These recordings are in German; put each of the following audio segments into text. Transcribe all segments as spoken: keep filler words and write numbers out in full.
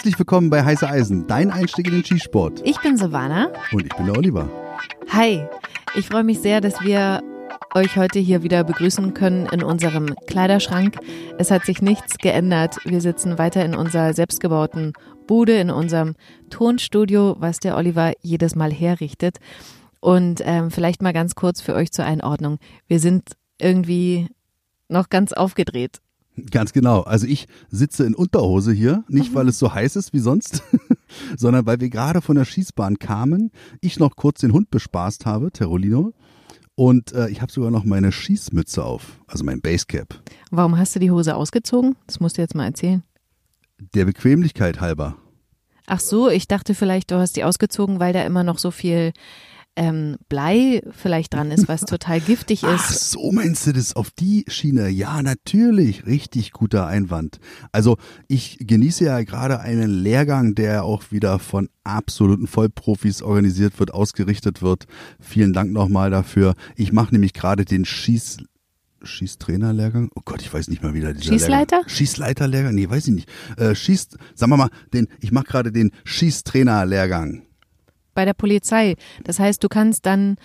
Herzlich willkommen bei Heiße Eisen, dein Einstieg in den Skisport. Ich bin Silvana. Und ich bin der Oliver. Hi, ich freue mich sehr, dass wir euch heute hier wieder begrüßen können in unserem Kleiderschrank. Es hat sich nichts geändert. Wir sitzen weiter in unserer selbstgebauten Bude, in unserem Tonstudio, was der Oliver jedes Mal herrichtet. Und ähm, vielleicht mal ganz kurz für euch zur Einordnung. Wir sind irgendwie noch ganz aufgedreht. Ganz genau. Also ich sitze in Unterhose hier, nicht mhm. weil es so heiß ist wie sonst, sondern weil wir gerade von der Schießbahn kamen, ich noch kurz den Hund bespaßt habe, Terolino, und äh, ich habe sogar noch meine Schießmütze auf, also mein Basecap. Warum hast du die Hose ausgezogen? Das musst du jetzt mal erzählen. Der Bequemlichkeit halber. Ach so, ich dachte vielleicht, du hast die ausgezogen, weil da immer noch so viel ähm, Blei vielleicht dran ist, was total giftig ist. Ach so, meinst du das auf die Schiene? Ja, natürlich. Richtig guter Einwand. Also ich genieße ja gerade einen Lehrgang, der auch wieder von absoluten Vollprofis organisiert wird, ausgerichtet wird. Vielen Dank nochmal dafür. Ich mache nämlich gerade den Schieß... Schießtrainerlehrgang? Oh Gott, ich weiß nicht mal wieder. Dieser Schießleiter? Lehrgang. Schießleiterlehrgang? Nee, weiß ich nicht. Äh, Schieß, sagen wir mal, den, ich mache gerade den Schießtrainerlehrgang. Bei der Polizei. Das heißt, du kannst dann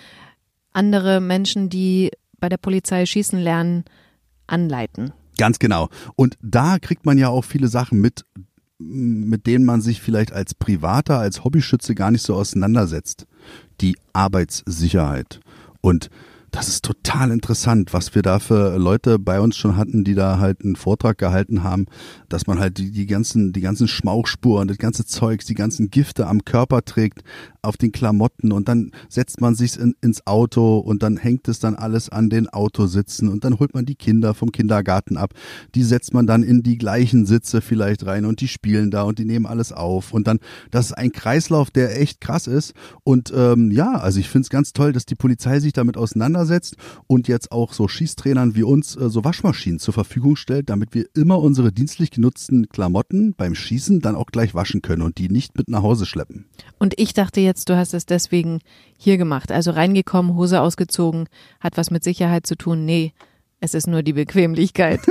andere Menschen, die bei der Polizei schießen lernen, anleiten. Ganz genau. Und da kriegt man ja auch viele Sachen mit, mit denen man sich vielleicht als Privater, als Hobbyschütze gar nicht so auseinandersetzt. Die Arbeitssicherheit. Und das ist total interessant, was wir da für Leute bei uns schon hatten, die da halt einen Vortrag gehalten haben, dass man halt die, die ganzen, die ganzen Schmauchspuren, das ganze Zeugs, die ganzen Gifte am Körper trägt, auf den Klamotten, und dann setzt man sich in, ins Auto und dann hängt es dann alles an den Autositzen und dann holt man die Kinder vom Kindergarten ab, die setzt man dann in die gleichen Sitze vielleicht rein und die spielen da und die nehmen alles auf, und dann, das ist ein Kreislauf, der echt krass ist. Und ähm, ja, also ich finde es ganz toll, dass die Polizei sich damit auseinandersetzt und jetzt auch so Schießtrainern wie uns äh, so Waschmaschinen zur Verfügung stellt, damit wir immer unsere dienstlich genutzten Klamotten beim Schießen dann auch gleich waschen können und die nicht mit nach Hause schleppen. Und ich dachte jetzt, du hast es deswegen hier gemacht, also reingekommen, Hose ausgezogen, hat was mit Sicherheit zu tun. Nee, es ist nur die Bequemlichkeit.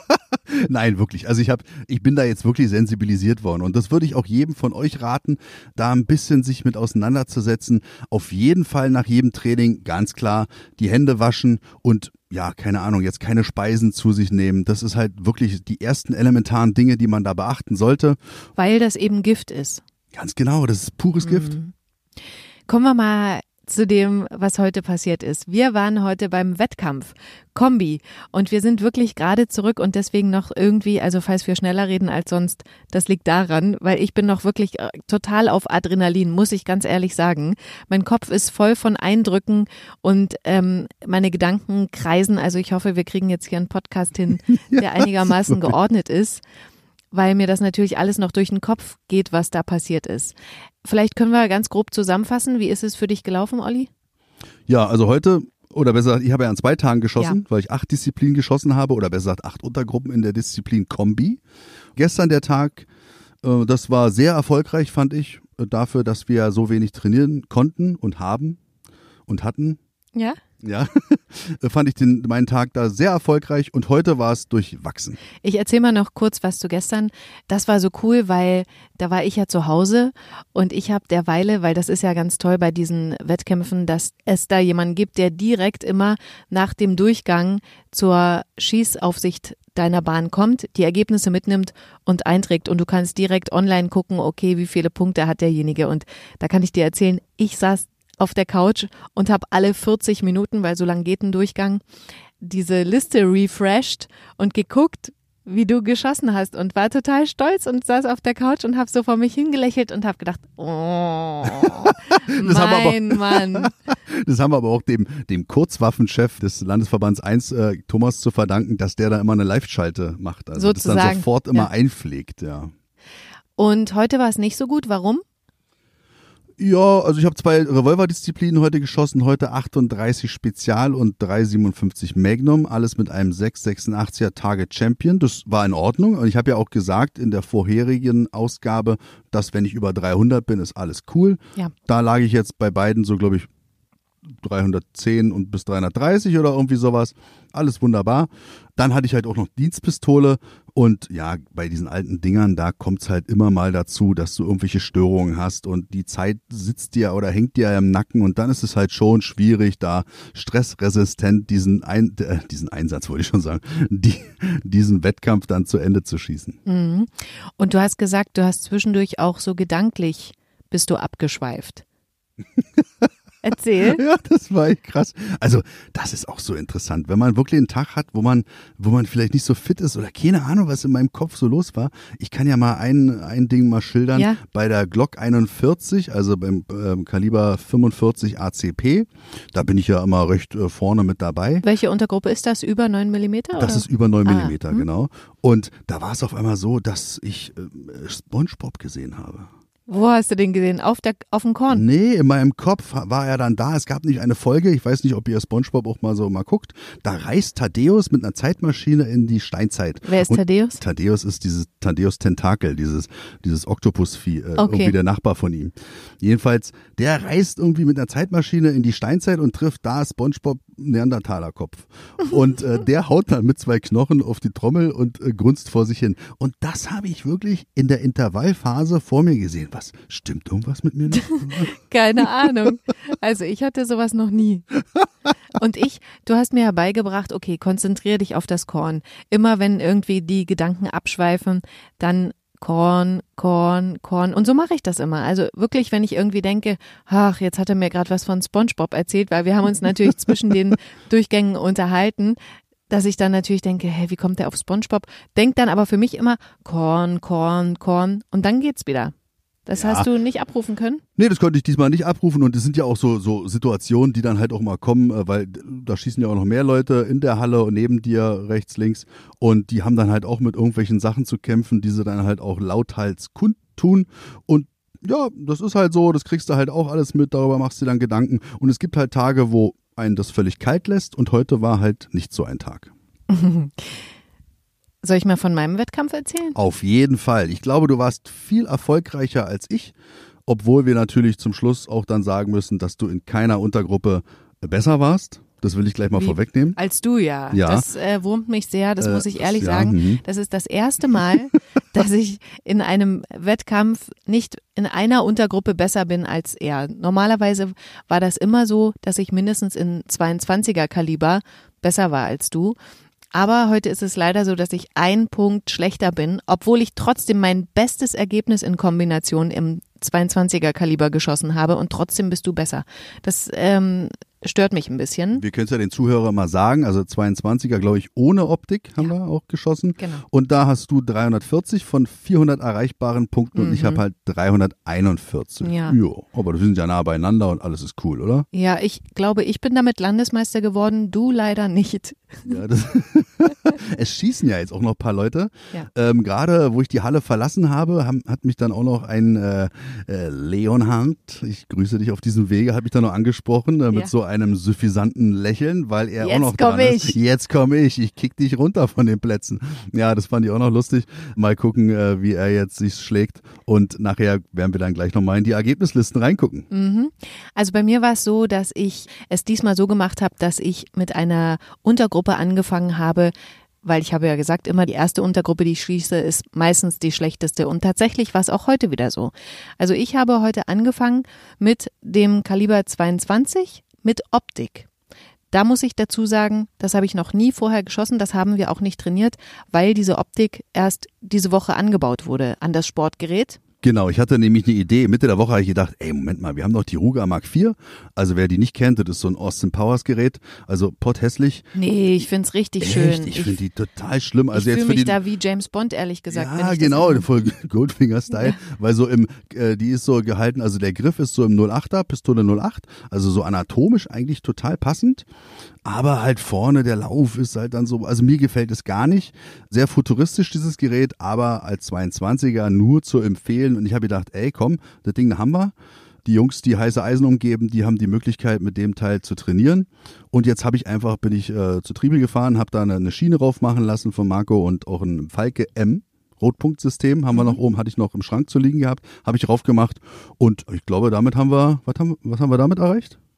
Nein, wirklich. Also ich habe, ich bin da jetzt wirklich sensibilisiert worden, und das würde ich auch jedem von euch raten, da ein bisschen sich mit auseinanderzusetzen. Auf jeden Fall nach jedem Training, ganz klar, die Hände waschen und ja, keine Ahnung, jetzt keine Speisen zu sich nehmen. Das ist halt wirklich die ersten elementaren Dinge, die man da beachten sollte. Weil das eben Gift ist. Ganz genau, das ist pures Gift. Mhm. Kommen wir mal zu dem, was heute passiert ist. Wir waren heute beim Wettkampf Kombi und wir sind wirklich gerade zurück und deswegen noch irgendwie, also falls wir schneller reden als sonst, das liegt daran, weil ich bin noch wirklich total auf Adrenalin, muss ich ganz ehrlich sagen. Mein Kopf ist voll von Eindrücken und ähm, meine Gedanken kreisen, also ich hoffe, wir kriegen jetzt hier einen Podcast hin, der einigermaßen geordnet ist, weil mir das natürlich alles noch durch den Kopf geht, was da passiert ist. Vielleicht können wir ganz grob zusammenfassen. Wie ist es für dich gelaufen, Olli? Ja, also heute, oder besser gesagt, ich habe ja an zwei Tagen geschossen, ja. weil ich acht Disziplinen geschossen habe, oder besser gesagt acht Untergruppen in der Disziplin Kombi. Gestern der Tag, äh, das war sehr erfolgreich, fand ich, äh, dafür, dass wir so wenig trainieren konnten und haben und hatten. Ja? Ja, fand ich den, meinen Tag da sehr erfolgreich, und heute war es durchwachsen. Ich erzähle mal noch kurz was zu gestern. Das war so cool, weil da war ich ja zu Hause und ich habe derweile, weil das ist ja ganz toll bei diesen Wettkämpfen, dass es da jemanden gibt, der direkt immer nach dem Durchgang zur Schießaufsicht deiner Bahn kommt, die Ergebnisse mitnimmt und einträgt, und du kannst direkt online gucken, okay, wie viele Punkte hat derjenige, und da kann ich dir erzählen, ich saß auf der Couch und habe alle vierzig Minuten, weil so lang geht ein Durchgang, diese Liste refreshed und geguckt, wie du geschossen hast, und war total stolz und saß auf der Couch und habe so vor mich hingelächelt und habe gedacht, oh, mein aber, Mann. Das haben wir aber auch dem, dem Kurzwaffenchef des Landesverbands eins, äh, Thomas, zu verdanken, dass der da immer eine Live-Schalte macht. Also Sozusagen, das dann sofort immer ja. einpflegt. Ja. Und heute war es nicht so gut. Warum? Ja, also ich habe zwei Revolverdisziplinen heute geschossen, heute achtunddreißig Spezial und drei siebenundfünfzig Magnum, alles mit einem sechs sechsundachtziger Target Champion. Das war in Ordnung, und ich habe ja auch gesagt in der vorherigen Ausgabe, dass wenn ich über dreihundert bin, ist alles cool. Ja. Da lag ich jetzt bei beiden so, glaube ich, dreihundertzehn und bis dreihundertdreißig oder irgendwie sowas. Alles wunderbar. Dann hatte ich halt auch noch Dienstpistole und ja, bei diesen alten Dingern, da kommt es halt immer mal dazu, dass du irgendwelche Störungen hast und die Zeit sitzt dir oder hängt dir im Nacken und dann ist es halt schon schwierig, da stressresistent diesen, Ein äh, diesen Einsatz, wollte ich schon sagen, die, diesen Wettkampf dann zu Ende zu schießen. Mhm. Und du hast gesagt, du hast zwischendurch auch so gedanklich bist du abgeschweift. Erzähl. Ja, das war echt krass. Also, das ist auch so interessant. Wenn man wirklich einen Tag hat, wo man, wo man vielleicht nicht so fit ist oder keine Ahnung, was in meinem Kopf so los war. Ich kann ja mal ein, ein Ding mal schildern. Ja. Bei der Glock einundvierzig, also beim ähm, Kaliber fünfundvierzig A C P, da bin ich ja immer recht äh, vorne mit dabei. Welche Untergruppe ist das? Über neun Millimeter? Das oder? ist über neun Ah, Millimeter, hm. genau. Und da war es auf einmal so, dass ich äh, SpongeBob gesehen habe. Wo hast du den gesehen? Auf, der, auf dem Korn? Nee, in meinem Kopf war er dann da. Es gab nicht eine Folge, ich weiß nicht, ob ihr SpongeBob auch mal so mal guckt. Da reist Thaddeus mit einer Zeitmaschine in die Steinzeit. Wer ist Und Thaddeus? Thaddeus ist dieses Thaddeus Tentakel, dieses, dieses Oktopusvieh, äh, Okay. irgendwie der Nachbar von ihm. Jedenfalls, der reist irgendwie mit einer Zeitmaschine in die Steinzeit und trifft da SpongeBob Neandertalerkopf. Und äh, der haut dann mit zwei Knochen auf die Trommel und äh, grunzt vor sich hin. Und das habe ich wirklich in der Intervallphase vor mir gesehen. Was, stimmt irgendwas mit mir nicht? Keine Ahnung. Also ich hatte sowas noch nie. Und ich, du hast mir ja beigebracht, okay, konzentriere dich auf das Korn. Immer wenn irgendwie die Gedanken abschweifen, dann Korn, Korn, Korn. Und so mache ich das immer. Also wirklich, wenn ich irgendwie denke, ach, jetzt hat er mir gerade was von SpongeBob erzählt, weil wir haben uns natürlich zwischen den Durchgängen unterhalten, dass ich dann natürlich denke, hey, wie kommt der auf SpongeBob? Denk dann aber für mich immer Korn, Korn, Korn und dann geht's wieder. Das Ja. hast du nicht abrufen können? Nee, das konnte ich diesmal nicht abrufen und es sind ja auch so, so Situationen, die dann halt auch mal kommen, äh, weil da schießen ja auch noch mehr Leute in der Halle und neben dir rechts, links und die haben dann halt auch mit irgendwelchen Sachen zu kämpfen, die sie dann halt auch lauthals kundtun und ja, das ist halt so, das kriegst du halt auch alles mit, darüber machst du dir dann Gedanken und es gibt halt Tage, wo einen das völlig kalt lässt und heute war halt nicht so ein Tag. Soll ich mal von meinem Wettkampf erzählen? Auf jeden Fall. Ich glaube, du warst viel erfolgreicher als ich, obwohl wir natürlich zum Schluss auch dann sagen müssen, dass du in keiner Untergruppe besser warst. Das will ich gleich mal Wie? vorwegnehmen. Als du ja. Ja. Das äh, wurmt mich sehr, das Äh, muss ich ehrlich ja, sagen. mhm. Das ist das erste Mal, dass ich in einem Wettkampf nicht in einer Untergruppe besser bin als er. Normalerweise war das immer so, dass ich mindestens in zweiundzwanziger Kaliber besser war als du. Aber heute ist es leider so, dass ich ein Punkt schlechter bin, obwohl ich trotzdem mein bestes Ergebnis in Kombination im zweiundzwanziger Kaliber geschossen habe und trotzdem bist du besser. Das ähm, stört mich ein bisschen. Wir können es ja den Zuhörern mal sagen, also zweiundzwanziger, glaube ich, ohne Optik haben wir auch geschossen. Genau. Und da hast du dreihundertvierzig von vierhundert erreichbaren Punkten und ich Mhm. habe halt dreihunderteinundvierzig. Ja. Jo, aber wir sind ja nah beieinander und alles ist cool, oder? Ja, ich glaube, ich bin damit Landesmeister geworden, du leider nicht. Ja, das es schießen ja jetzt auch noch ein paar Leute. Ja. Ähm, Gerade wo ich die Halle verlassen habe, haben, hat mich dann auch noch ein äh, äh, Leonhard, ich grüße dich auf diesem Wege, hat mich dann noch angesprochen äh, mit Ja. so einem suffisanten Lächeln, weil er Jetzt auch noch komm dran ich. ist. Jetzt komme ich, ich kick dich runter von den Plätzen. Ja, das fand ich auch noch lustig. Mal gucken, äh, wie er jetzt sich schlägt und nachher werden wir dann gleich nochmal in die Ergebnislisten reingucken. Mhm. Also bei mir war es so, dass ich es diesmal so gemacht habe, dass ich mit einer Untergruppe angefangen habe, weil ich habe ja gesagt, immer die erste Untergruppe, die ich schließe, ist meistens die schlechteste. Und tatsächlich war es auch heute wieder so. Also ich habe heute angefangen mit dem Kaliber zweiundzwanzig mit Optik. Da muss ich dazu sagen, das habe ich noch nie vorher geschossen, das haben wir auch nicht trainiert, weil diese Optik erst diese Woche angebaut wurde an das Sportgerät. Genau, ich hatte nämlich eine Idee. Mitte der Woche habe ich gedacht, ey, Moment mal, wir haben doch die Ruger Mark vier. Also wer die nicht kennt, das ist so ein Austin Powers Gerät. Also potthässlich. Nee, ich finde es richtig schön. Echt? Ich finde die total schlimm. Also ich jetzt fühle für mich die, da wie James Bond, ehrlich gesagt. wenn ja, ich genau, das voll Goldfinger-Style. Ja. Weil so im, äh, die ist so gehalten, also der Griff ist so im null achter, Pistole null acht. Also so anatomisch eigentlich total passend. Aber halt vorne der Lauf ist halt dann so, also mir gefällt es gar nicht. Sehr futuristisch dieses Gerät, aber als zweiundzwanziger nur zu empfehlen. Und ich habe gedacht, ey, komm, das Ding haben wir. Die Jungs, die heiße Eisen umgeben, die haben die Möglichkeit, mit dem Teil zu trainieren. Und jetzt habe ich einfach, bin ich äh, zu Triebel gefahren, habe da eine, eine Schiene rauf machen lassen von Marco und auch ein Falke M. Rotpunktsystem haben wir noch oben, hatte ich noch im Schrank zu liegen gehabt, habe ich rauf gemacht. Und ich glaube, damit haben wir, was haben, was haben wir damit erreicht?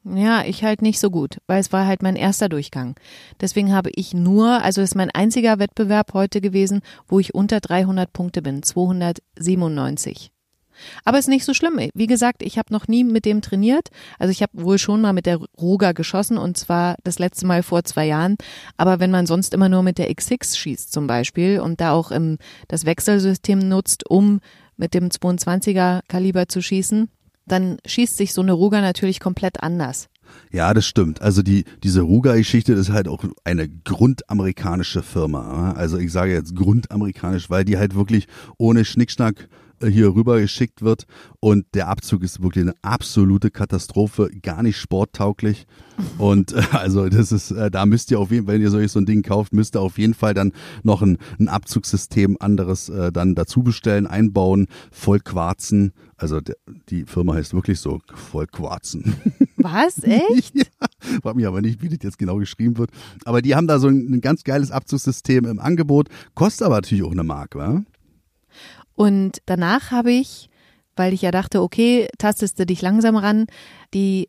Ja, ich halt nicht so gut, weil es war halt mein erster Durchgang. Deswegen habe ich nur, also es ist mein einziger Wettbewerb heute gewesen, wo ich unter dreihundert Punkte bin, zweihundertsiebenundneunzig. Aber ist nicht so schlimm. Wie gesagt, ich habe noch nie mit dem trainiert. Also ich habe wohl schon mal mit der Ruger geschossen und zwar das letzte Mal vor zwei Jahren. Aber wenn man sonst immer nur mit der X sechs schießt zum Beispiel und da auch im, das Wechselsystem nutzt, um mit dem zweiundzwanziger Kaliber zu schießen, dann schießt sich so eine Ruger natürlich komplett anders. Ja, das stimmt. Also die diese Ruger-Geschichte ist halt auch eine grundamerikanische Firma. Also ich sage jetzt grundamerikanisch, weil die halt wirklich ohne Schnickschnack hier rüber geschickt wird und der Abzug ist wirklich eine absolute Katastrophe, gar nicht sporttauglich und äh, also das ist, äh, da müsst ihr auf jeden Fall, wenn ihr solch so ein Ding kauft, müsst ihr auf jeden Fall dann noch ein, ein Abzugssystem anderes äh, dann dazu bestellen, einbauen, voll quarzen, also der, die Firma heißt wirklich so, voll quarzen. Was? Echt? Ja, frag mich aber nicht, wie das jetzt genau geschrieben wird, aber die haben da so ein, ein ganz geiles Abzugssystem im Angebot, kostet aber natürlich auch eine Mark, wa? Und danach habe ich, weil ich ja dachte, okay, tastest du dich langsam ran, die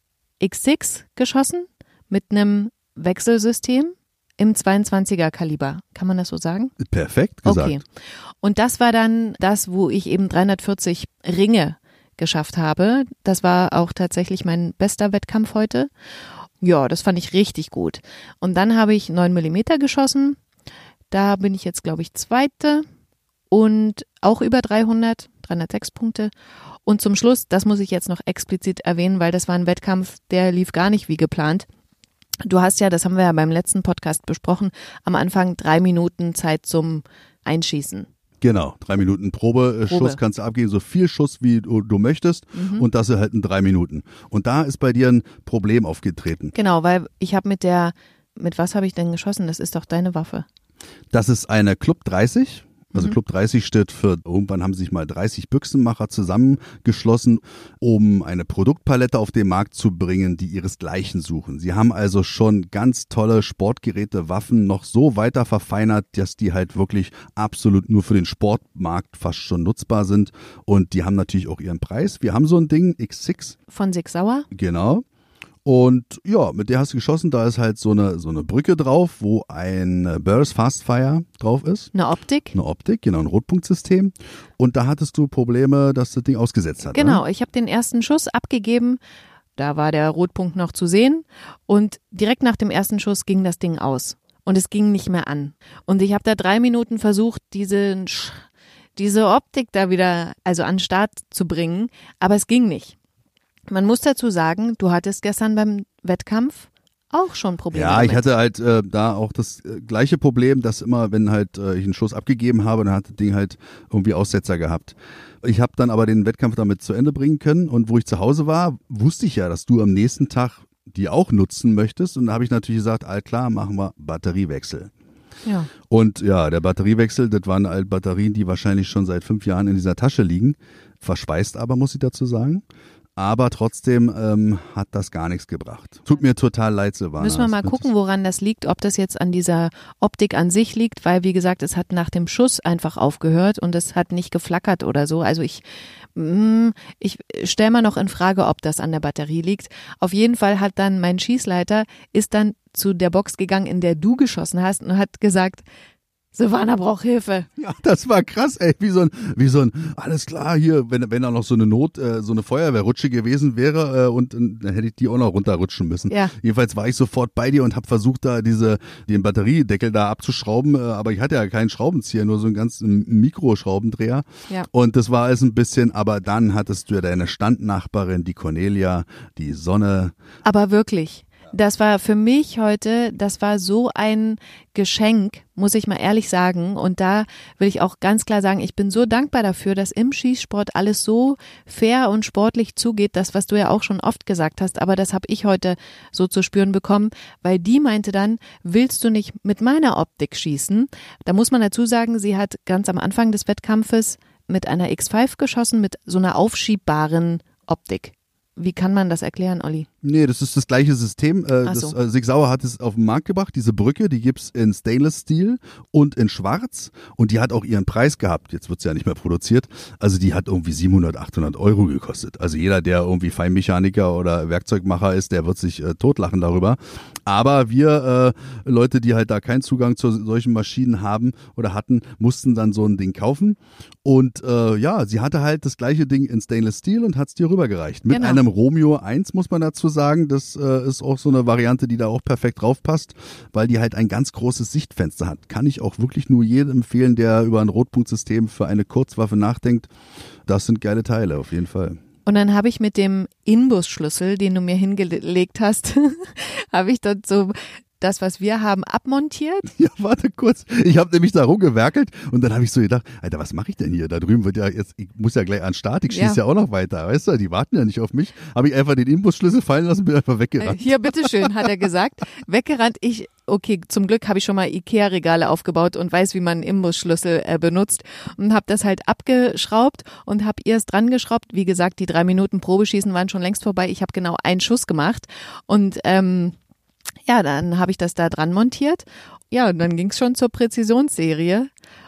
X sechs geschossen mit einem Wechselsystem im zweiundzwanziger Kaliber. Kann man das so sagen? Perfekt gesagt. Okay. Und das war dann das, wo ich eben dreihundertvierzig Ringe geschafft habe. Das war auch tatsächlich mein bester Wettkampf heute. Ja, das fand ich richtig gut. Und dann habe ich neun Millimeter geschossen. Da bin ich jetzt, glaube ich, Zweite. Und auch über dreihundert, dreihundertsechs Punkte. Und zum Schluss, das muss ich jetzt noch explizit erwähnen, weil das war ein Wettkampf, der lief gar nicht wie geplant. Du hast ja, das haben wir ja beim letzten Podcast besprochen, am Anfang drei Minuten Zeit zum Einschießen. Genau, drei Minuten Probe, Probe. Schuss kannst du abgeben, so viel Schuss wie du, du möchtest Mhm. und das halt in drei Minuten. Und da ist bei dir ein Problem aufgetreten. Genau, weil ich habe mit der, mit was habe ich denn geschossen? Das ist doch deine Waffe. Das ist eine Club dreißig. Also Mhm. Club dreißig steht für, irgendwann haben sich mal dreißig Büchsenmacher zusammengeschlossen, um eine Produktpalette auf den Markt zu bringen, die ihresgleichen suchen. Sie haben also schon ganz tolle Sportgeräte, Waffen noch so weiter verfeinert, dass die halt wirklich absolut nur für den Sportmarkt fast schon nutzbar sind. Und die haben natürlich auch ihren Preis. Wir haben so ein Ding, X sechs. Von Sig Sauer. Genau. Und ja, mit der hast du geschossen, da ist halt so eine so eine Brücke drauf, wo ein Burris Fastfire drauf ist. Eine Optik. Eine Optik, genau, ein Rotpunktsystem. Und da hattest du Probleme, dass das Ding ausgesetzt hat. Genau, Ne? ich habe den ersten Schuss abgegeben. Da war der Rotpunkt noch zu sehen. Und direkt nach dem ersten Schuss ging das Ding aus. Und es ging nicht mehr an. Und ich habe da drei Minuten versucht, diese, diese Optik da wieder, also an den Start zu bringen. Aber es ging nicht. Man muss dazu sagen, du hattest gestern beim Wettkampf auch schon Probleme Ja, damit. ich hatte halt äh, da auch das äh, gleiche Problem, dass immer, wenn halt äh, ich einen Schuss abgegeben habe, dann hat das Ding halt irgendwie Aussetzer gehabt. Ich habe dann aber den Wettkampf damit zu Ende bringen können und wo ich zu Hause war, wusste ich ja, dass du am nächsten Tag die auch nutzen möchtest und da habe ich natürlich gesagt, all klar, machen wir Batteriewechsel. Ja. Und ja, der Batteriewechsel, das waren halt Batterien, die wahrscheinlich schon seit fünf Jahren in dieser Tasche liegen, verschweißt aber, muss ich dazu sagen. Aber trotzdem ähm, hat das gar nichts gebracht. Tut mir total leid, Silvana. Müssen wir mal Das- gucken, woran das liegt, ob das jetzt an dieser Optik an sich liegt, weil wie gesagt, es hat nach dem Schuss einfach aufgehört und es hat nicht geflackert oder so. Also ich, mm, ich stelle mal noch in Frage, ob das an der Batterie liegt. Auf jeden Fall hat dann mein Schießleiter, ist dann zu der Box gegangen, in der du geschossen hast und hat gesagt, Silvana braucht Hilfe. Ja, das war krass, ey, wie so ein, wie so ein, alles klar hier, wenn, wenn da noch so eine Not, äh, so eine Feuerwehrrutsche gewesen wäre äh, und äh, dann hätte ich die auch noch runterrutschen müssen. Ja. Jedenfalls war ich sofort bei dir und habe versucht, da diese, den Batteriedeckel da abzuschrauben, äh, aber ich hatte ja keinen Schraubenzieher, nur so einen ganz Mikroschraubendreher. Ja. Und das war alles ein bisschen, aber dann hattest du ja deine Standnachbarin, die Cornelia, die Sonne. Aber wirklich, das war für mich heute, das war so ein Geschenk, muss ich mal ehrlich sagen. Und da will ich auch ganz klar sagen, ich bin so dankbar dafür, dass im Schießsport alles so fair und sportlich zugeht, das, was du ja auch schon oft gesagt hast. Aber das habe ich heute so zu spüren bekommen, weil die meinte dann, willst du nicht mit meiner Optik schießen? Da muss man dazu sagen, sie hat ganz am Anfang des Wettkampfes mit einer X fünf geschossen, mit so einer aufschiebbaren Optik. Wie kann man das erklären, Olli? Nee, das ist das gleiche System. Äh, Ach das, so. äh, Sig Sauer hat es auf den Markt gebracht, diese Brücke, die gibt's in Stainless Steel und in Schwarz und die hat auch ihren Preis gehabt. Jetzt wird's ja nicht mehr produziert. Also die hat irgendwie siebenhundert, achthundert Euro gekostet. Also jeder, der irgendwie Feinmechaniker oder Werkzeugmacher ist, der wird sich äh, totlachen darüber. Aber wir äh, Leute, die halt da keinen Zugang zu solchen Maschinen haben oder hatten, mussten dann so ein Ding kaufen. Und äh, ja, sie hatte halt das gleiche Ding in Stainless Steel und hat's dir rübergereicht. Mit Genau. einem Romeo eins, muss man dazu sagen. Das äh, ist auch so eine Variante, die da auch perfekt drauf passt, weil die halt ein ganz großes Sichtfenster hat. Kann ich auch wirklich nur jedem empfehlen, der über ein Rotpunktsystem für eine Kurzwaffe nachdenkt. Das sind geile Teile, auf jeden Fall. Und dann habe ich mit dem Inbusschlüssel, den du mir hingelegt hast, habe ich dort so das, was wir haben, abmontiert. Ja, warte kurz. Ich habe nämlich da rumgewerkelt und dann habe ich so gedacht, Alter, was mache ich denn hier? Da drüben wird ja jetzt, ich muss ja gleich an den Start, ich schieße ja. Ja. ja auch noch weiter, weißt du, die warten ja nicht auf mich. Habe ich einfach den Inbusschlüssel fallen lassen, bin einfach weggerannt. Hier, bitteschön, hat er gesagt. Weggerannt. Ich, okay, zum Glück habe ich schon mal Ikea-Regale aufgebaut und weiß, wie man einen Imbusschlüssel äh, benutzt und habe das halt abgeschraubt und habe ihr es dran geschraubt. Wie gesagt, die drei Minuten Probeschießen waren schon längst vorbei. Ich habe genau einen Schuss gemacht und ähm, ja, dann habe ich das da dran montiert. Ja, und dann ging es schon zur Präzisionsserie.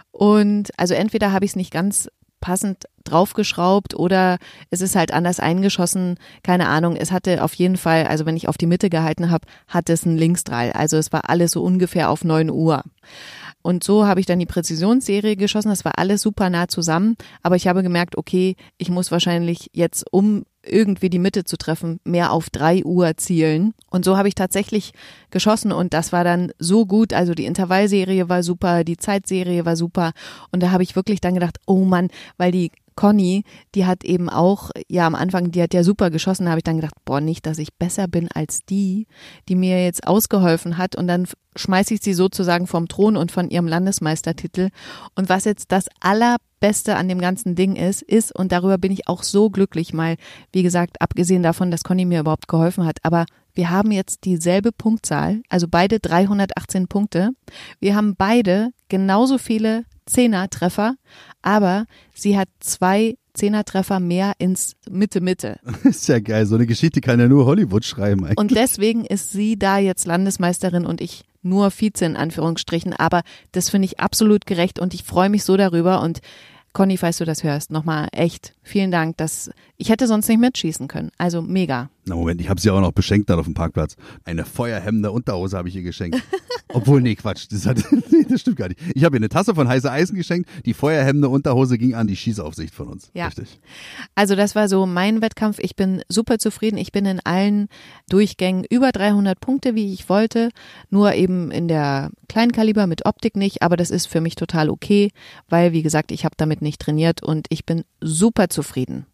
Und also entweder habe ich es nicht ganz passend draufgeschraubt oder es ist halt anders eingeschossen. Keine Ahnung. Es hatte auf jeden Fall, also wenn ich auf die Mitte gehalten habe, hatte es einen Linksdrall. Also es war alles so ungefähr auf neun Uhr. Und so habe ich dann die Präzisionsserie geschossen. Das war alles super nah zusammen. Aber ich habe gemerkt, okay, ich muss wahrscheinlich jetzt, um irgendwie die Mitte zu treffen, mehr auf drei Uhr zielen. Und so habe ich tatsächlich geschossen und das war dann so gut. Also die Intervallserie war super, die Zeitserie war super. Und da habe ich wirklich dann gedacht, oh Mann, weil die Conny, die hat eben auch, ja am Anfang, die hat ja super geschossen, da habe ich dann gedacht, boah, nicht, dass ich besser bin als die, die mir jetzt ausgeholfen hat und dann schmeiße ich sie sozusagen vom Thron und von ihrem Landesmeistertitel. Und was jetzt das Allerbeste an dem ganzen Ding ist, ist, und darüber bin ich auch so glücklich, mal, wie gesagt, abgesehen davon, dass Conny mir überhaupt geholfen hat, aber wir haben jetzt dieselbe Punktzahl, also beide dreihundertachtzehn Punkte. Wir haben beide genauso viele Zehner-Treffer, aber sie hat zwei Zehner-Treffer mehr ins Mitte-Mitte. Ist ja geil, so eine Geschichte kann ja nur Hollywood schreiben eigentlich. Und deswegen ist sie da jetzt Landesmeisterin und ich nur Vize in Anführungsstrichen, aber das finde ich absolut gerecht und ich freue mich so darüber und Conny, falls du das hörst, nochmal echt vielen Dank, dass ich hätte sonst nicht mitschießen können. Also mega. Na Moment, ich habe sie auch noch beschenkt dann auf dem Parkplatz. Eine feuerhemmende Unterhose habe ich ihr geschenkt. Obwohl, nee, Quatsch, das, hat, nee, das stimmt gar nicht. Ich habe ihr eine Tasse von Heiße Eisen geschenkt. Die feuerhemmende Unterhose ging an die Schießaufsicht von uns. Ja. Richtig. Also das war so mein Wettkampf. Ich bin super zufrieden. Ich bin in allen Durchgängen über dreihundert Punkte, wie ich wollte. Nur eben in der Kleinkaliber mit Optik nicht. Aber das ist für mich total okay, weil, wie gesagt, ich habe damit nicht trainiert und ich bin super zufrieden.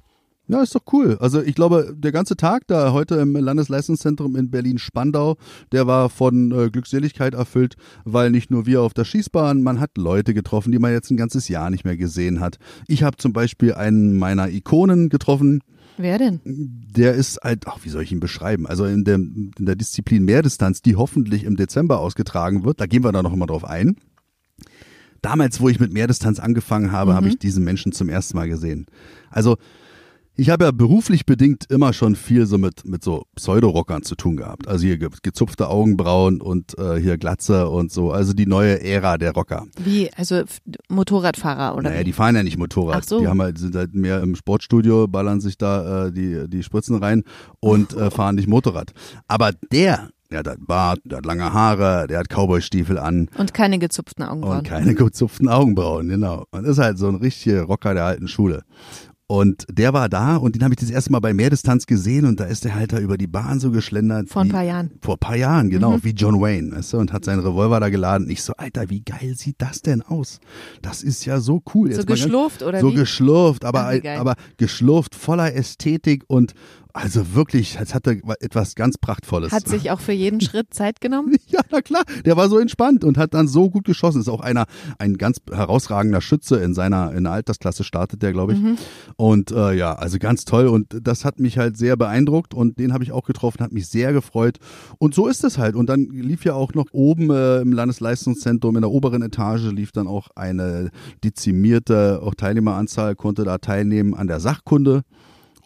Ja, ist doch cool. Also ich glaube, der ganze Tag da heute im Landesleistungszentrum in Berlin-Spandau, der war von äh, Glückseligkeit erfüllt, weil nicht nur wir auf der Schießbahn, man hat Leute getroffen, die man jetzt ein ganzes Jahr nicht mehr gesehen hat. Ich habe zum Beispiel einen meiner Ikonen getroffen. Wer denn? Der ist halt, ach, wie soll ich ihn beschreiben? Also in der, in der Disziplin Mehrdistanz, die hoffentlich im Dezember ausgetragen wird, da gehen wir da noch mal drauf ein. Damals, wo ich mit Mehrdistanz angefangen habe, mhm. habe ich diesen Menschen zum ersten Mal gesehen. Also ich habe ja beruflich bedingt immer schon viel so mit, mit so Pseudo-Rockern zu tun gehabt. Also hier ge- gezupfte Augenbrauen und äh, hier Glatze und so. Also die neue Ära der Rocker. Wie? Also F- Motorradfahrer oder Naja, wie? die fahren ja nicht Motorrad. Ach so. Die haben halt, sind halt mehr im Sportstudio, ballern sich da äh, die, die Spritzen rein und äh, fahren nicht Motorrad. Aber der, der hat Bart, der hat lange Haare, der hat Cowboy-Stiefel an. Und keine gezupften Augenbrauen. Und keine gezupften Augenbrauen, genau. Und ist halt so ein richtiger Rocker der alten Schule. Und der war da und den habe ich das erste Mal bei Mehrdistanz gesehen und da ist der halt da über die Bahn so geschlendert. Vor ein wie, paar Jahren. Vor ein paar Jahren, genau, Mhm. wie John Wayne, weißt du, und hat seinen Revolver da geladen. Ich so, Alter, wie geil sieht das denn aus? Das ist ja so cool. So Jetzt mal geschlurft ganz, oder so wie? So geschlurft, aber, Ach, wie geil. aber geschlurft, voller Ästhetik und also wirklich, es hatte etwas ganz Prachtvolles. Hat sich auch für jeden Schritt Zeit genommen? Ja, na klar, der war so entspannt und hat dann so gut geschossen. Ist auch einer, ein ganz herausragender Schütze in seiner, in der Altersklasse startet der, glaube ich. Mhm. Und äh, ja, also ganz toll und das hat mich halt sehr beeindruckt und den habe ich auch getroffen, hat mich sehr gefreut. Und so ist es halt. Und dann lief ja auch noch oben äh, im Landesleistungszentrum in der oberen Etage lief dann auch eine dezimierte auch Teilnehmeranzahl, konnte da teilnehmen an der Sachkunde.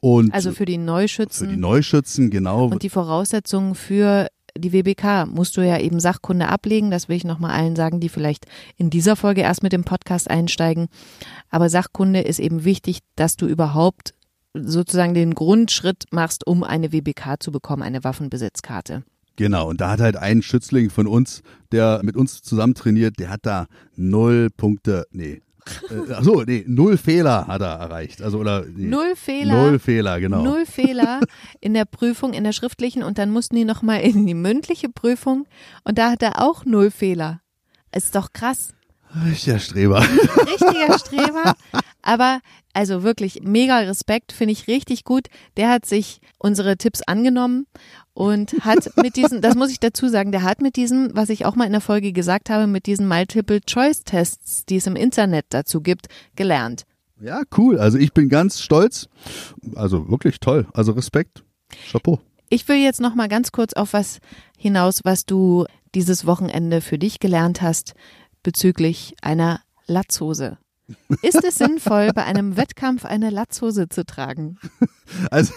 Und Also für die Neuschützen. Für die Neuschützen, genau. Und die Voraussetzungen für die W B K musst du ja eben Sachkunde ablegen. Das will ich nochmal allen sagen, die vielleicht in dieser Folge erst mit dem Podcast einsteigen. Aber Sachkunde ist eben wichtig, dass du überhaupt sozusagen den Grundschritt machst, um eine W B K zu bekommen, eine Waffenbesitzkarte. Genau, und da hat halt ein Schützling von uns, der mit uns zusammen trainiert, der hat da null Punkte, nee, äh, achso, nee, null Fehler hat er erreicht. Also, oder, nee, Null Fehler. Null Fehler, genau. Null Fehler in der Prüfung, in der schriftlichen und dann mussten die nochmal in die mündliche Prüfung und da hat er auch null Fehler. Ist doch krass. Richtiger Streber. Richtiger Streber, aber also wirklich mega Respekt, finde ich richtig gut. Der hat sich unsere Tipps angenommen und hat mit diesen, das muss ich dazu sagen, der hat mit diesen, was ich auch mal in der Folge gesagt habe, mit diesen Multiple-Choice-Tests, die es im Internet dazu gibt, gelernt. Ja, cool. Also ich bin ganz stolz. Also wirklich toll. Also Respekt. Chapeau. Ich will jetzt noch mal ganz kurz auf was hinaus, was du dieses Wochenende für dich gelernt hast bezüglich einer Latzhose. Ist es sinnvoll, bei einem Wettkampf eine Latzhose zu tragen? Also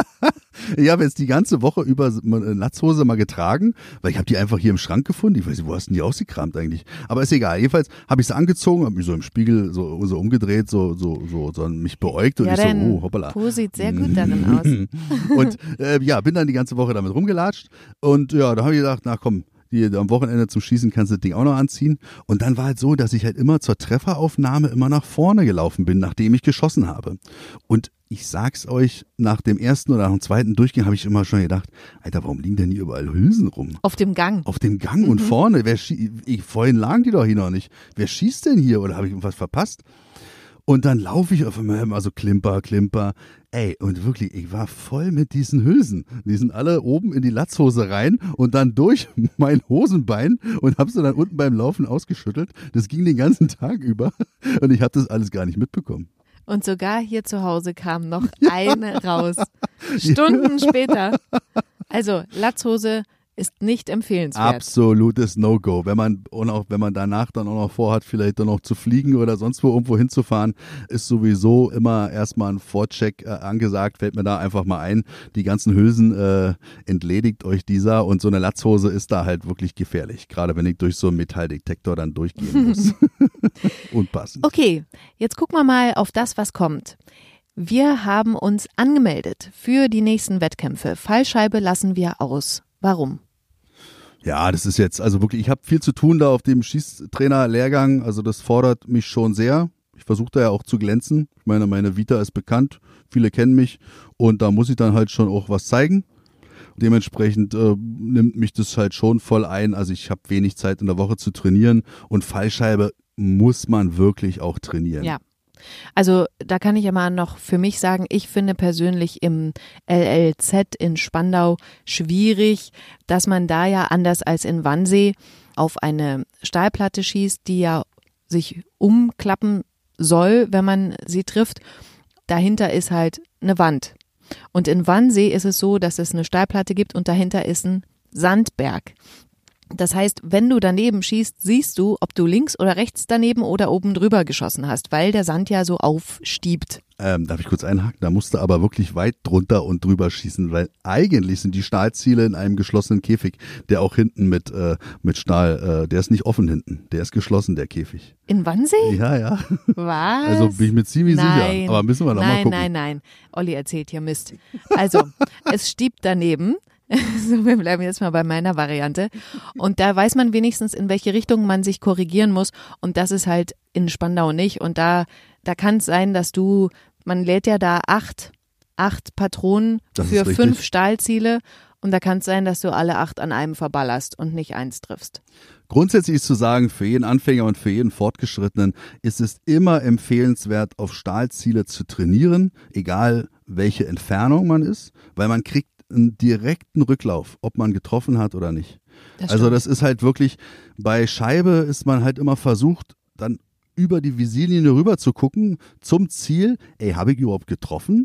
ich habe jetzt die ganze Woche über eine Latzhose mal getragen, weil ich habe die einfach hier im Schrank gefunden. Ich weiß nicht, wo hast du denn die ausgekramt eigentlich? Aber ist egal. Jedenfalls habe ich sie angezogen, habe mich so im Spiegel so, so umgedreht, so, so, so, so mich beäugt und ja, ich so, oh, hoppala. Po sieht sehr gut darin aus. Und äh, ja, bin dann die ganze Woche damit rumgelatscht und ja, da habe ich gedacht, na komm, die, am Wochenende zum Schießen kannst du das Ding auch noch anziehen. Und dann war halt so, dass ich halt immer zur Trefferaufnahme immer nach vorne gelaufen bin, nachdem ich geschossen habe. Und ich sag's euch, nach dem ersten oder nach dem zweiten Durchgang habe ich immer schon gedacht, Alter, warum liegen denn hier überall Hülsen rum? Auf dem Gang. Auf dem Gang und Mhm. vorne. Wer schie- ich, vorhin lagen die doch hier noch nicht. Wer schießt denn hier? Oder habe ich irgendwas verpasst? Und dann laufe ich auf einmal immer so Klimper, Klimper. Ey, und wirklich, ich war voll mit diesen Hülsen. Die sind alle oben in die Latzhose rein und dann durch mein Hosenbein und habe sie dann unten beim Laufen ausgeschüttelt. Das ging den ganzen Tag über und ich habe das alles gar nicht mitbekommen. Und sogar hier zu Hause kam noch eine raus. Stunden später. Also Latzhose ist nicht empfehlenswert. Absolutes No-Go. Wenn man und auch wenn man danach dann auch noch vorhat, vielleicht dann noch zu fliegen oder sonst wo irgendwo hinzufahren, ist sowieso immer erstmal ein Vorcheck äh, angesagt. Fällt mir da einfach mal ein. Die ganzen Hülsen äh, entledigt euch dieser und so eine Latzhose ist da halt wirklich gefährlich. Gerade wenn ich durch so einen Metalldetektor dann durchgehen muss. Unpassend. Okay, jetzt gucken wir mal auf das, was kommt. Wir haben uns angemeldet für die nächsten Wettkämpfe. Fallscheibe lassen wir aus. Warum? Ja, das ist jetzt, also wirklich, ich habe viel zu tun da auf dem Schießtrainer-Lehrgang, also das fordert mich schon sehr. Ich versuche da ja auch zu glänzen. Ich meine, meine Vita ist bekannt, viele kennen mich und da muss ich dann halt schon auch was zeigen. Dementsprechend äh, nimmt mich das halt schon voll ein. Also ich habe wenig Zeit in der Woche zu trainieren und Fallscheibe muss man wirklich auch trainieren. Ja. Also da kann ich ja mal noch für mich sagen, ich finde persönlich im L L Z in Spandau schwierig, dass man da ja anders als in Wannsee auf eine Stahlplatte schießt, die ja sich umklappen soll, wenn man sie trifft. Dahinter ist halt eine Wand. Und in Wannsee ist es so, dass es eine Stahlplatte gibt und dahinter ist ein Sandberg. Das heißt, wenn du daneben schießt, siehst du, ob du links oder rechts daneben oder oben drüber geschossen hast, weil der Sand ja so aufstiebt. Ähm, darf ich kurz einhaken? Da musst du aber wirklich weit drunter und drüber schießen, weil eigentlich sind die Stahlziele in einem geschlossenen Käfig, der auch hinten mit, äh, mit Stahl, äh, der ist nicht offen hinten, der ist geschlossen, der Käfig. In Wannsee? Ja, ja. Was? Also bin ich mir ziemlich Nein. sicher, aber müssen wir da nein, mal gucken. Nein, nein, nein. Olli erzählt hier Mist. Also, es stiebt daneben. So, wir bleiben jetzt mal bei meiner Variante. Und da weiß man wenigstens, in welche Richtung man sich korrigieren muss. Und das ist halt in Spandau nicht. Und da, da kann es sein, dass du, man lädt ja da acht, acht Patronen Das für ist richtig. fünf Stahlziele. Und da kann es sein, dass du alle acht an einem verballerst und nicht eins triffst. Grundsätzlich ist zu sagen, für jeden Anfänger und für jeden Fortgeschrittenen ist es immer empfehlenswert, auf Stahlziele zu trainieren, egal welche Entfernung man ist, weil man kriegt einen direkten Rücklauf, ob man getroffen hat oder nicht. Das Also stimmt. das ist halt wirklich, bei Scheibe ist man halt immer versucht, dann über die Visierlinie rüber zu gucken zum Ziel, ey, habe ich überhaupt getroffen?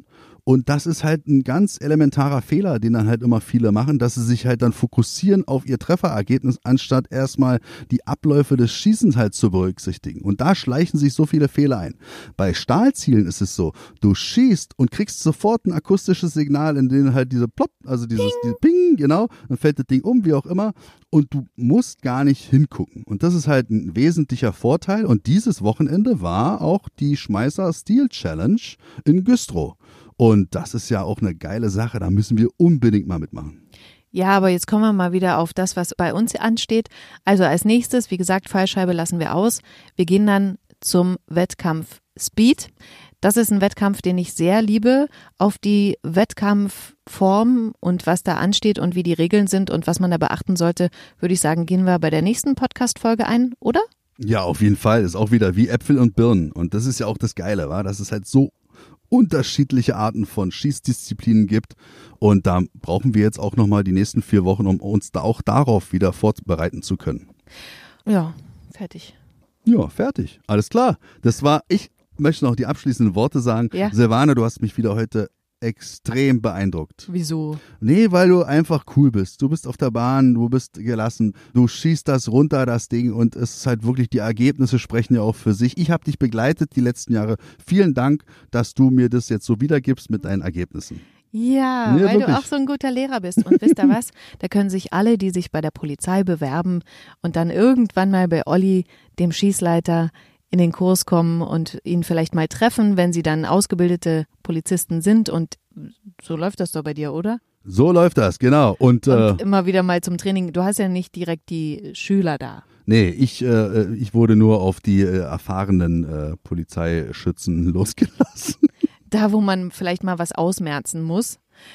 Und das ist halt ein ganz elementarer Fehler, den dann halt immer viele machen, dass sie sich halt dann fokussieren auf ihr Trefferergebnis, anstatt erstmal die Abläufe des Schießens halt zu berücksichtigen. Und da schleichen sich so viele Fehler ein. Bei Stahlzielen ist es so, du schießt und kriegst sofort ein akustisches Signal, in dem halt diese Plopp, also dieses Ping, Ping genau, dann fällt das Ding um, wie auch immer. Und du musst gar nicht hingucken. Und das ist halt ein wesentlicher Vorteil. Und dieses Wochenende war auch die Schmeißer Steel Challenge in Güstrow. Und das ist ja auch eine geile Sache. Da müssen wir unbedingt mal mitmachen. Ja, aber jetzt kommen wir mal wieder auf das, was bei uns ansteht. Also als nächstes, wie gesagt, Fallscheibe lassen wir aus. Wir gehen dann zum Wettkampf Speed. Das ist ein Wettkampf, den ich sehr liebe. Auf die Wettkampfform und was da ansteht und wie die Regeln sind und was man da beachten sollte, würde ich sagen, gehen wir bei der nächsten Podcast-Folge ein, oder? Ja, auf jeden Fall. Ist auch wieder wie Äpfel und Birnen. Und das ist ja auch das Geile, wa? Dass es halt so unterschiedliche Arten von Schießdisziplinen gibt. Und da brauchen wir jetzt auch nochmal die nächsten vier Wochen, um uns da auch darauf wieder vorbereiten zu können. Ja, fertig. Ja, fertig. Alles klar. Das war, ich möchte noch die abschließenden Worte sagen. Ja. Silvana, du hast mich wieder heute extrem beeindruckt. Wieso? Nee, weil du einfach cool bist. Du bist auf der Bahn, du bist gelassen, du schießt das runter, das Ding, und es ist halt wirklich, die Ergebnisse sprechen ja auch für sich. Ich habe dich begleitet die letzten Jahre. Vielen Dank, dass du mir das jetzt so wiedergibst mit deinen Ergebnissen. Ja, Nee, weil wirklich. du auch so ein guter Lehrer bist. Und wisst ihr was? Da können sich alle, die sich bei der Polizei bewerben und dann irgendwann mal bei Olli, dem Schießleiter, in den Kurs kommen und ihn vielleicht mal treffen, wenn sie dann ausgebildete Polizisten sind. Und so läuft das doch bei dir, oder? So läuft das, genau. Und, äh, Und immer wieder mal zum Training. Du hast ja nicht direkt die Schüler da. nee, ich, äh, ich wurde nur auf die äh, erfahrenen äh, Polizeischützen losgelassen. Da, wo man vielleicht mal was ausmerzen muss.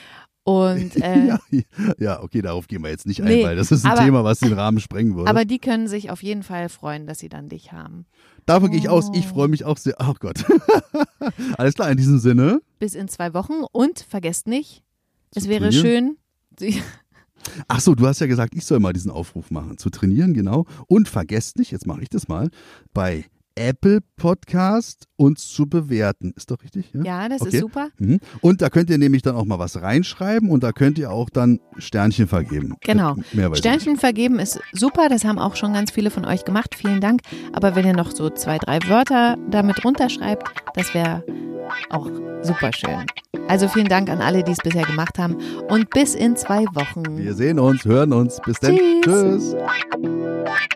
Und äh, ja, ja, okay, darauf gehen wir jetzt nicht ein, Nee, weil das ist ein aber- Thema, was den Rahmen sprengen würde. aber die können sich auf jeden Fall freuen, dass sie dann dich haben. Davon gehe ich aus. Ich freue mich auch sehr. Oh Gott. Alles klar, in diesem Sinne. Bis in zwei Wochen und vergesst nicht, es Zu wäre trainieren? schön. Ach so, du hast ja gesagt, ich soll mal diesen Aufruf machen. Zu trainieren, genau. Und vergesst nicht, jetzt mache ich das mal, bei Apple Podcast uns zu bewerten. Ist doch richtig? Ja, Ja, das Okay. ist super. Mhm. Und da könnt ihr nämlich dann auch mal was reinschreiben und da könnt ihr auch dann Sternchen vergeben. Genau. Mehr weiß ich Sternchen vergeben ist super, das haben auch schon ganz viele von euch gemacht. Vielen Dank. Aber wenn ihr noch so zwei, drei Wörter damit runterschreibt, das wäre auch super schön. Also vielen Dank an alle, die es bisher gemacht haben. Und bis in zwei Wochen. nicht. Wir sehen uns, hören uns. Bis dann. Tschüss. Tschüss.